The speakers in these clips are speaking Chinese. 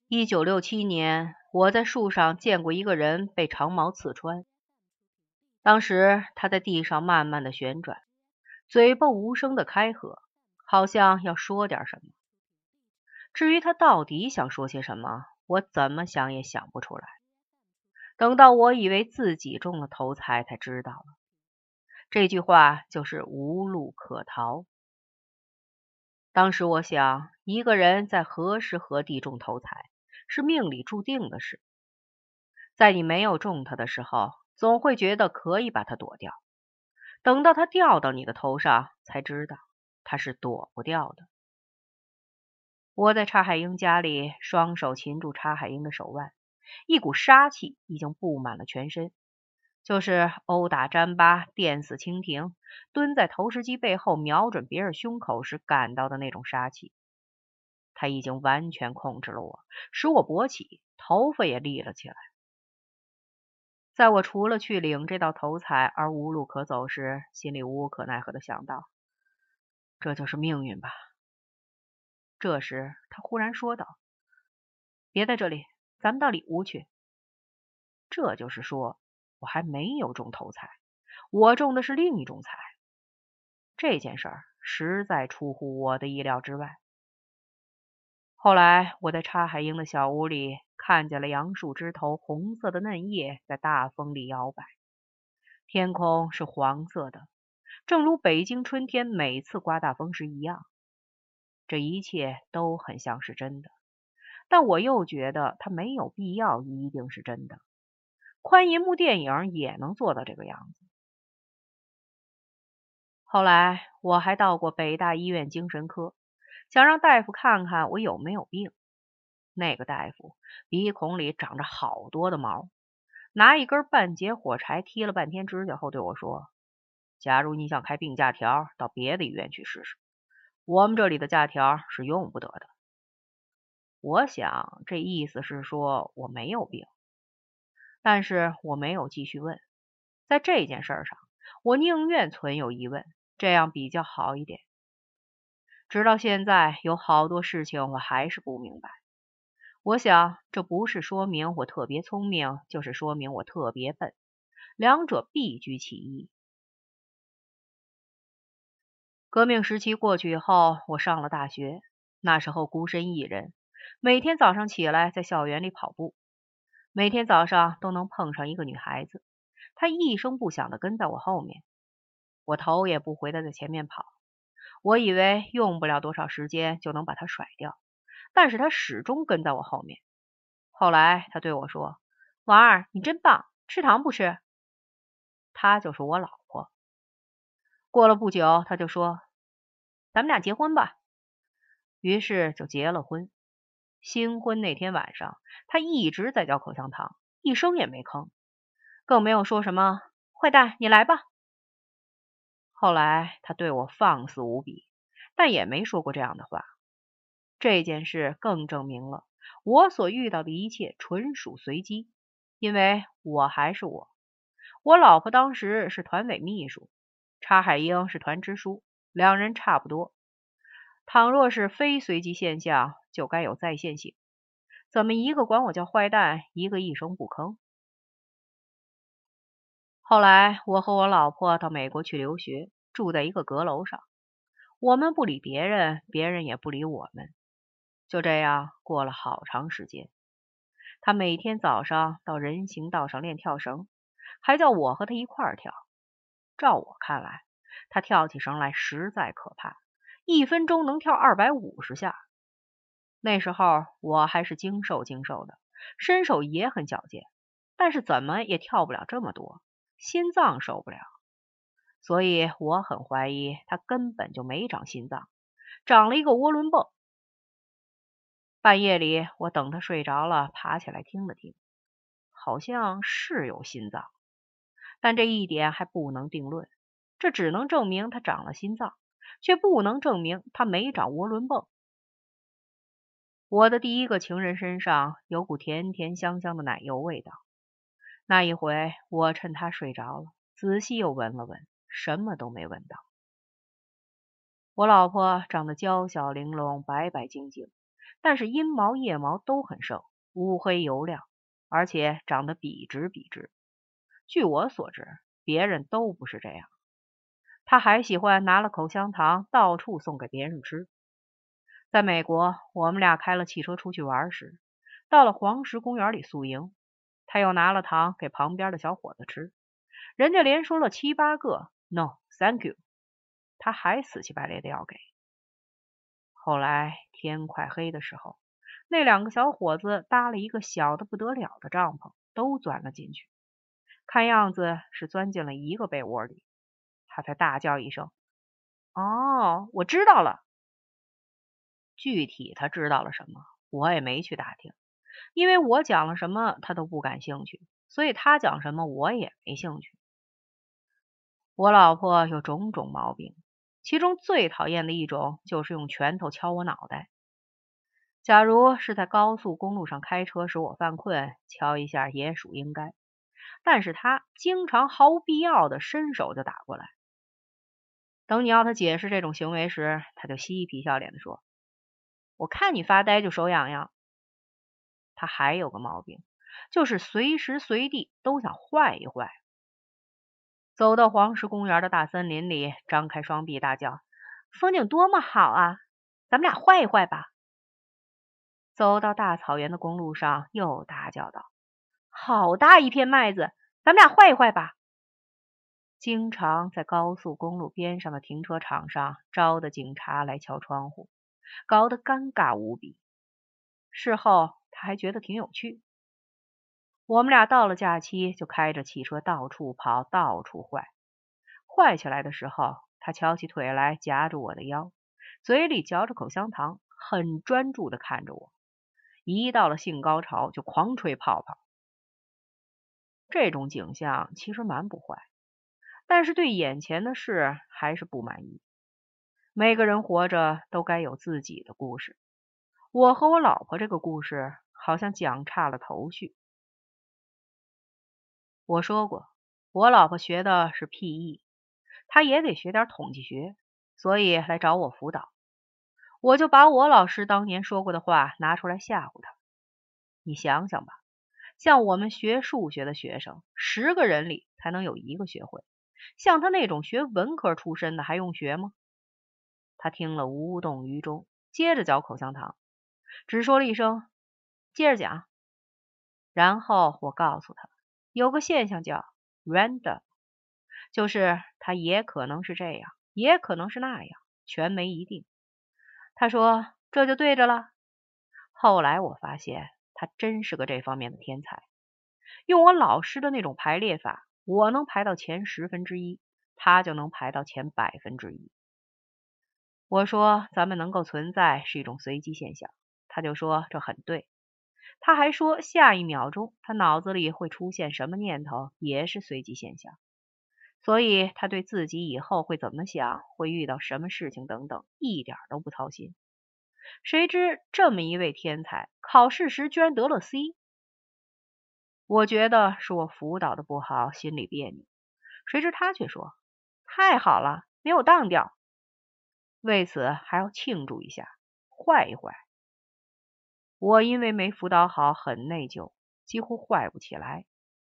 1967年，我在树上见过一个人被长矛刺穿。当时他在地上慢慢的旋转，嘴巴无声的开合，好像要说点什么。至于他到底想说些什么，我怎么想也想不出来。等到我以为自己中了头彩，才知道了，这句话就是无路可逃。当时我想，一个人在何时何地中头彩，是命里注定的事。在你没有中它的时候，总会觉得可以把它躲掉，等到它掉到你的头上，才知道它是躲不掉的。我在查海英家里，双手擒住查海英的手腕，一股杀气已经布满了全身，就是殴打詹巴、电死蜻蜓、蹲在投石机背后瞄准别人胸口时感到的那种杀气。他已经完全控制了我，使我勃起，头发也立了起来。在我除了去领这道头彩而无路可走时，心里无可奈何的想到，这就是命运吧。这时他忽然说道，别在这里，咱们到里屋去。这就是说，我还没有中头彩，我中的是另一种彩。这件事儿实在出乎我的意料之外。后来我在查海英的小屋里看见了杨树枝头红色的嫩叶在大风里摇摆，天空是黄色的，正如北京春天每次刮大风时一样。这一切都很像是真的，但我又觉得它没有必要一定是真的。宽银幕电影也能做到这个样子。后来我还到过北大医院精神科，想让大夫看看我有没有病。那个大夫鼻孔里长着好多的毛，拿一根半截火柴踢了半天指甲后对我说，假如你想开病假条，到别的医院去试试，我们这里的假条是用不得的。我想这意思是说我没有病，但是我没有继续问。在这件事上，我宁愿存有疑问，这样比较好一点。直到现在，有好多事情我还是不明白。我想这不是说明我特别聪明，就是说明我特别笨，两者必居其一。革命时期过去以后，我上了大学，那时候孤身一人，每天早上起来在校园里跑步，每天早上都能碰上一个女孩子，她一声不响地跟在我后面，我头也不回地在前面跑。我以为用不了多少时间就能把她甩掉，但是她始终跟在我后面。后来她对我说，王二，你真棒，吃糖不吃？她就是我老婆。过了不久，她就说，咱们俩结婚吧。于是就结了婚。新婚那天晚上，她一直在嚼口香糖，一声也没吭，更没有说什么坏蛋你来吧。后来她对我放肆无比，但也没说过这样的话。这件事更证明了我所遇到的一切纯属随机，因为我还是我。我老婆当时是团委秘书，查海英是团支书，两人差不多。倘若是非随机现象，就该有再现性。怎么一个管我叫坏蛋，一个一声不吭？后来我和我老婆到美国去留学，住在一个阁楼上，我们不理别人，别人也不理我们。就这样过了好长时间。他每天早上到人行道上练跳绳，还叫我和他一块儿跳。照我看来，他跳起绳来实在可怕，1分钟能跳250下。那时候我还是精瘦的，身手也很矫健，但是怎么也跳不了这么多，心脏受不了。所以我很怀疑他根本就没长心脏，长了一个涡轮泵。半夜里我等他睡着了，爬起来听了听，好像是有心脏，但这一点还不能定论，这只能证明他长了心脏，却不能证明他没长涡轮泵。我的第一个情人身上有股甜甜香香的奶油味道，那一回我趁他睡着了，仔细又闻了闻，什么都没闻到。我老婆长得娇小玲珑，白白净净， 但是阴毛腋毛都很盛，乌黑油亮，而且长得笔直笔直。据我所知，别人都不是这样。他还喜欢拿了口香糖到处送给别人吃。在美国，我们俩开了汽车出去玩时，到了黄石公园里宿营，他又拿了糖给旁边的小伙子吃，人家连说了7、8个 No thank you， 他还死乞白赖的要给。后来天快黑的时候，那2个小伙子搭了一个小的不得了的帐篷，都钻了进去，看样子是钻进了一个被窝里。他才大叫一声：哦，我知道了。具体他知道了什么，我也没去打听，因为我讲了什么他都不感兴趣，所以他讲什么我也没兴趣。我老婆有种种毛病，其中最讨厌的一种就是用拳头敲我脑袋。假如是在高速公路上开车时我犯困，敲一下也属应该，但是他经常毫无必要的伸手就打过来。等你要他解释这种行为时，他就嬉皮笑脸的说：我看你发呆就手痒痒。他还有个毛病，就是随时随地都想坏一坏。走到黄石公园的大森林里，张开双臂大叫：风景多么好啊，咱们俩坏一坏吧。走到大草原的公路上，又大叫道：好大一片麦子，咱们俩坏一坏吧。经常在高速公路边上的停车场上招的警察来敲窗户，搞得尴尬无比。事后他还觉得挺有趣。我们俩到了假期就开着汽车到处跑，到处坏。坏起来的时候，他翘起腿来夹住我的腰，嘴里嚼着口香糖，很专注地看着我。一到了性高潮就狂吹泡泡。这种景象其实蛮不坏，但是对眼前的事还是不满意。每个人活着都该有自己的故事，我和我老婆这个故事好像讲差了头绪。我说过，我老婆学的是 PE， 她也得学点统计学，所以来找我辅导。我就把我老师当年说过的话拿出来吓唬她。你想想吧，像我们学数学的学生，10个人里才能有1个学会，像他那种学文科出身的还用学吗？他听了无动于衷，接着嚼口香糖，只说了一声接着讲。然后我告诉他，有个现象叫 random， 就是它也可能是这样，也可能是那样，全没一定。他说这就对着了。后来我发现他真是个这方面的天才。用我老师的那种排列法，我能排到前1/10，他就能排到前1%。我说咱们能够存在是一种随机现象，他就说这很对。他还说下一秒钟他脑子里会出现什么念头也是随机现象，所以他对自己以后会怎么想，会遇到什么事情等等一点都不操心。谁知这么一位天才，考试时居然得了 C。我觉得是我辅导的不好，心里别扭。谁知他却说太好了，没有当掉，为此还要庆祝一下，坏一坏。我因为没辅导好很内疚，几乎坏不起来。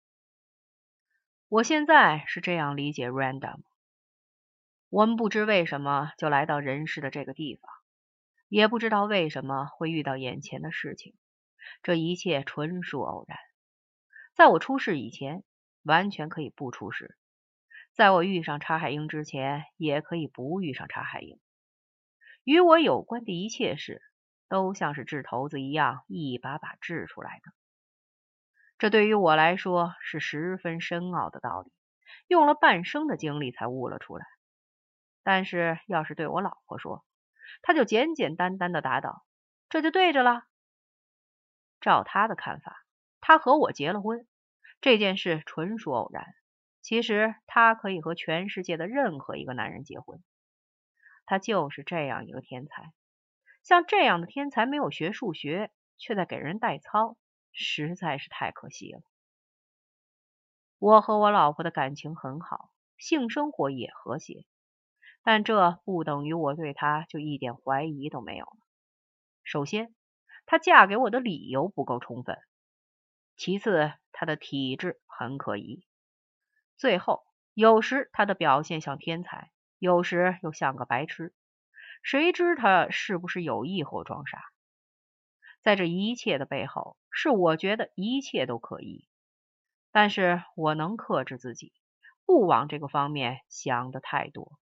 我现在是这样理解 random。 我们不知为什么就来到人世的这个地方，也不知道为什么会遇到眼前的事情，这一切纯属偶然。在我出世以前，完全可以不出世；在我遇上查海英之前，也可以不遇上查海英。与我有关的一切事，都像是掷骰子一样，一把把掷出来的。这对于我来说是十分深奥的道理，用了半生的精力才悟了出来。但是要是对我老婆说，她就简简单单的答道：这就对着了。照她的看法，她和我结了婚，这件事纯属偶然。其实她可以和全世界的任何一个男人结婚。她就是这样一个天才。像这样的天才没有学数学，却在给人代操，实在是太可惜了。我和我老婆的感情很好，性生活也和谐，但这不等于我对她就一点怀疑都没有了。首先， 她嫁给我的理由不够充分，其次她的体质很可疑，最后有时她的表现像天才，有时又像个白痴，谁知她是不是有意或装傻？在这一切的背后，是我觉得一切都可疑，但是我能克制自己，不往这个方面想的太多。